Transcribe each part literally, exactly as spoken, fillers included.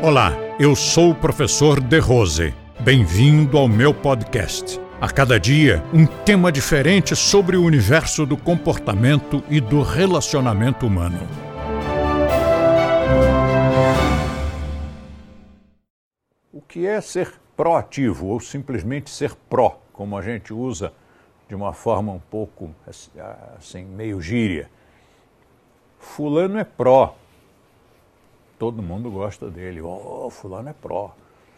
Olá, eu sou o professor De Rose. Bem-vindo ao meu podcast. A cada dia, um tema diferente sobre o universo do comportamento e do relacionamento humano. O que é ser proativo ou simplesmente ser pró, como a gente usa de uma forma um pouco assim, meio gíria? Fulano é pró. Todo mundo gosta dele. Oh, fulano é pró.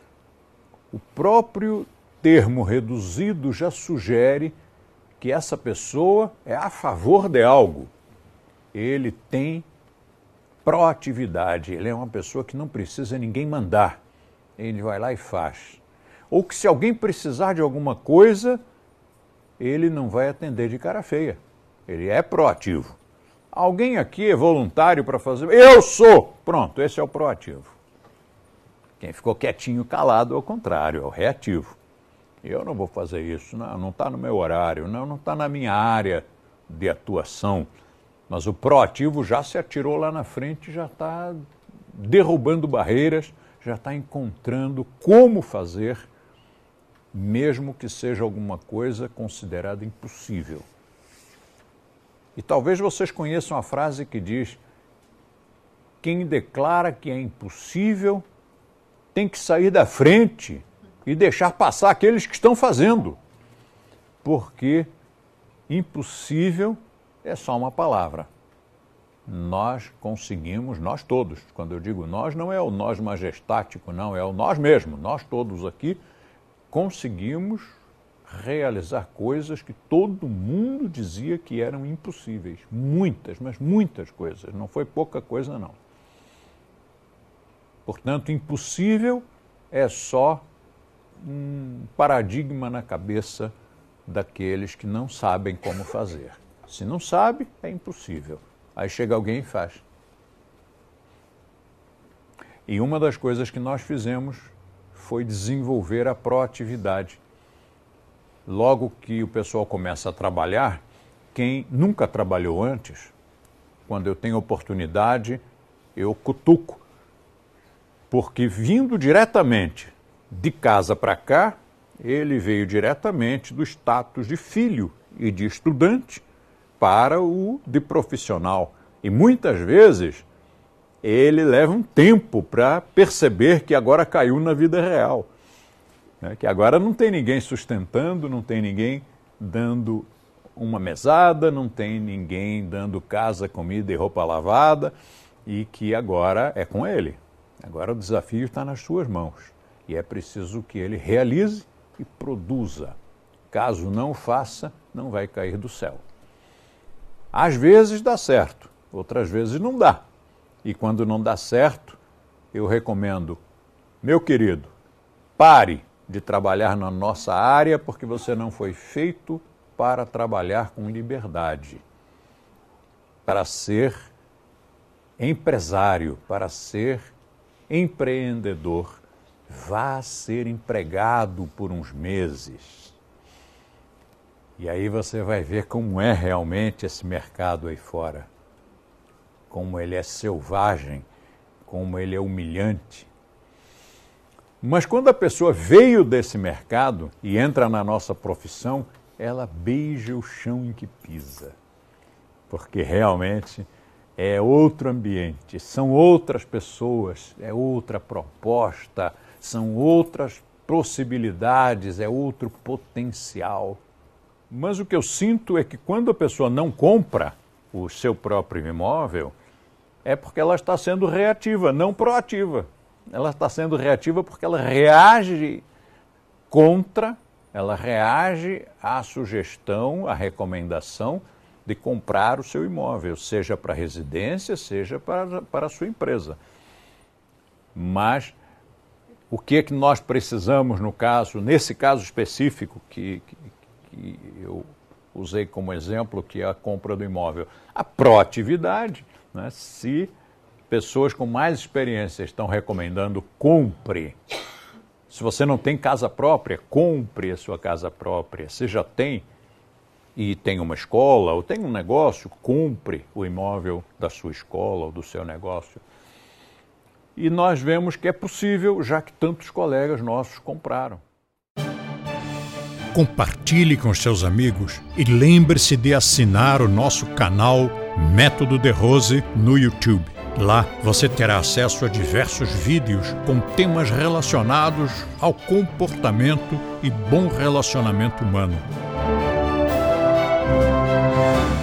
O próprio termo reduzido já sugere que essa pessoa é a favor de algo. Ele tem proatividade. Ele é uma pessoa que não precisa ninguém mandar. Ele vai lá e faz. Ou que se alguém precisar de alguma coisa, ele não vai atender de cara feia. Ele é proativo. Alguém aqui é voluntário para fazer? Eu sou! Pronto, esse é o proativo. Quem ficou quietinho, calado, é o contrário, é o reativo. Eu não vou fazer isso, não está no meu horário, não está na minha área de atuação. Mas o proativo já se atirou lá na frente, já está derrubando barreiras, já está encontrando como fazer, mesmo que seja alguma coisa considerada impossível. E talvez vocês conheçam a frase que diz: quem declara que é impossível tem que sair da frente e deixar passar aqueles que estão fazendo. Porque impossível é só uma palavra. Nós conseguimos, nós todos, quando eu digo nós, não é o nós majestático, não, é o nós mesmo, nós todos aqui conseguimos realizar coisas que todo mundo dizia que eram impossíveis. Muitas, mas muitas coisas. Não foi pouca coisa, não. Portanto, impossível é só um paradigma na cabeça daqueles que não sabem como fazer. Se não sabe, é impossível. Aí chega alguém e faz. E uma das coisas que nós fizemos foi desenvolver a proatividade. Logo que o pessoal começa a trabalhar, quem nunca trabalhou antes, quando eu tenho oportunidade, eu cutuco. Porque vindo diretamente de casa para cá, ele veio diretamente do status de filho e de estudante para o de profissional. E muitas vezes ele leva um tempo para perceber que agora caiu na vida real. Né, que agora não tem ninguém sustentando, não tem ninguém dando uma mesada, não tem ninguém dando casa, comida e roupa lavada, e que agora é com ele. Agora o desafio está nas suas mãos e é preciso que ele realize e produza. Caso não faça, não vai cair do céu. Às vezes dá certo, outras vezes não dá. E quando não dá certo, eu recomendo, meu querido, pare de trabalhar na nossa área, porque você não foi feito para trabalhar com liberdade, para ser empresário, para ser empreendedor. Vá ser empregado por uns meses. E aí você vai ver como é realmente esse mercado aí fora, como ele é selvagem, como ele é humilhante. Mas quando a pessoa veio desse mercado e entra na nossa profissão, ela beija o chão em que pisa. Porque realmente é outro ambiente, são outras pessoas, é outra proposta, são outras possibilidades, é outro potencial. Mas o que eu sinto é que quando a pessoa não compra o seu próprio imóvel, é porque ela está sendo reativa, não proativa. Ela está sendo reativa porque ela reage contra, ela reage à sugestão, à recomendação de comprar o seu imóvel, seja para residência, seja para, para a sua empresa. Mas o que é que nós precisamos no caso, nesse caso específico que, que, que eu usei como exemplo, que é a compra do imóvel? A proatividade, né? Se pessoas com mais experiência estão recomendando, compre. Se você não tem casa própria, compre a sua casa própria. Se já tem e tem uma escola ou tem um negócio, compre o imóvel da sua escola ou do seu negócio. E nós vemos que é possível, já que tantos colegas nossos compraram. Compartilhe com seus amigos e lembre-se de assinar o nosso canal Método de Rose no YouTube. Lá você terá acesso a diversos vídeos com temas relacionados ao comportamento e bom relacionamento humano.